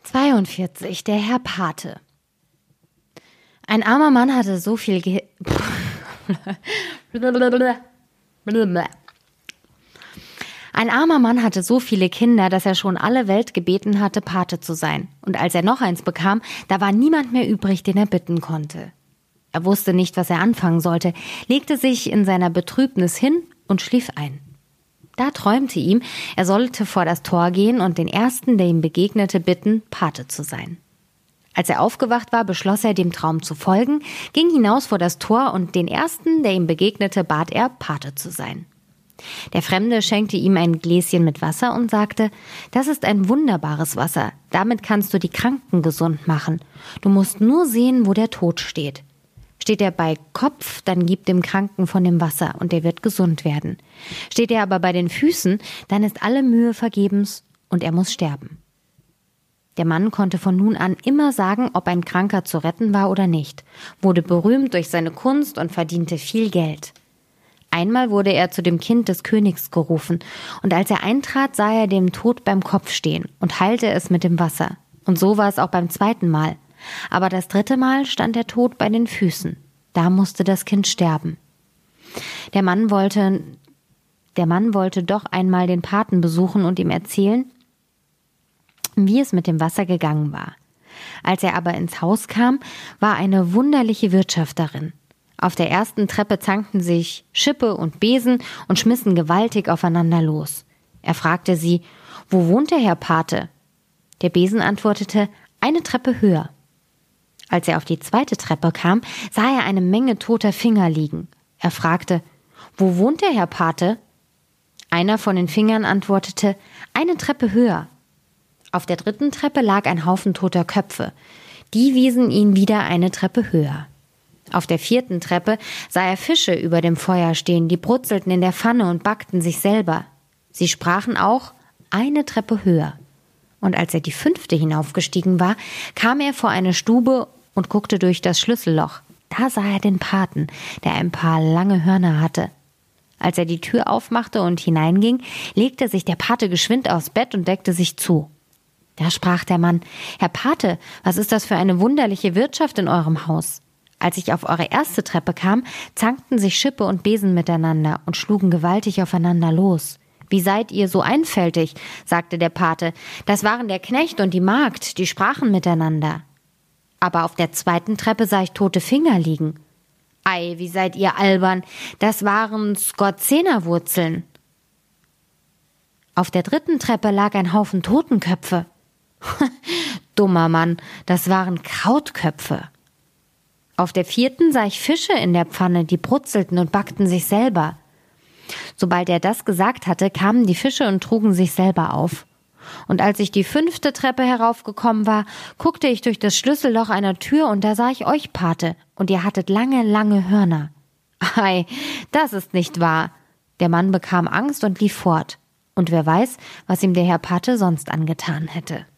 42. Der Herr Pate. Ein armer Mann hatte so viel Ein armer Mann hatte so viele Kinder, dass er schon alle Welt gebeten hatte, Pate zu sein. Und als er noch eins bekam, da war niemand mehr übrig, den er bitten konnte. Er wusste nicht, was er anfangen sollte, legte sich in seiner Betrübnis hin und schlief ein. Da träumte ihm, er sollte vor das Tor gehen und den Ersten, der ihm begegnete, bitten, Pate zu sein. Als er aufgewacht war, beschloss er, dem Traum zu folgen, ging hinaus vor das Tor und den Ersten, der ihm begegnete, bat er, Pate zu sein. Der Fremde schenkte ihm ein Gläschen mit Wasser und sagte, das ist ein wunderbares Wasser, damit kannst du die Kranken gesund machen. Du musst nur sehen, wo der Tod steht. Steht er bei Kopf, dann gib dem Kranken von dem Wasser und er wird gesund werden. Steht er aber bei den Füßen, dann ist alle Mühe vergebens und er muss sterben. Der Mann konnte von nun an immer sagen, ob ein Kranker zu retten war oder nicht, wurde berühmt durch seine Kunst und verdiente viel Geld. Einmal wurde er zu dem Kind des Königs gerufen, und als er eintrat, sah er dem Tod beim Kopf stehen und heilte es mit dem Wasser. Und so war es auch beim zweiten Mal. Aber das dritte Mal stand der Tod bei den Füßen. Da musste das Kind sterben. Der Mann wollte doch einmal den Paten besuchen und ihm erzählen, wie es mit dem Wasser gegangen war. Als er aber ins Haus kam, war eine wunderliche Wirtschaft darin. Auf der ersten Treppe zankten sich Schippe und Besen und schmissen gewaltig aufeinander los. Er fragte sie, wo wohnt der Herr Pate? Der Besen antwortete, eine Treppe höher. Als er auf die zweite Treppe kam, sah er eine Menge toter Finger liegen. Er fragte, wo wohnt der Herr Pate? Einer von den Fingern antwortete, eine Treppe höher. Auf der dritten Treppe lag ein Haufen toter Köpfe. Die wiesen ihn wieder eine Treppe höher. Auf der vierten Treppe sah er Fische über dem Feuer stehen, die brutzelten in der Pfanne und backten sich selber. Sie sprachen auch, eine Treppe höher. Und als er die 5. hinaufgestiegen war, kam er vor eine Stube und guckte durch das Schlüsselloch. Da sah er den Paten, der ein paar lange Hörner hatte. Als er die Tür aufmachte und hineinging, legte sich der Pate geschwind aufs Bett und deckte sich zu. Da sprach der Mann, Herr Pate, was ist das für eine wunderliche Wirtschaft in eurem Haus? Als ich auf eure erste Treppe kam, zankten sich Schippe und Besen miteinander und schlugen gewaltig aufeinander los. Wie seid ihr so einfältig? Sagte der Pate. Das waren der Knecht und die Magd, die sprachen miteinander. Aber auf der zweiten Treppe sah ich tote Finger liegen. Ei, wie seid ihr albern? Das waren Skorzenerwurzeln. Auf der dritten Treppe lag ein Haufen Totenköpfe. Dummer Mann, das waren Krautköpfe. Auf der 4. sah ich Fische in der Pfanne, die brutzelten und backten sich selber. Sobald er das gesagt hatte, kamen die Fische und trugen sich selber auf. Und als ich die 5. Treppe heraufgekommen war, guckte ich durch das Schlüsselloch einer Tür und da sah ich euch, Pate, und ihr hattet lange, lange Hörner. Ei, das ist nicht wahr. Der Mann bekam Angst und lief fort. Und wer weiß, was ihm der Herr Pate sonst angetan hätte.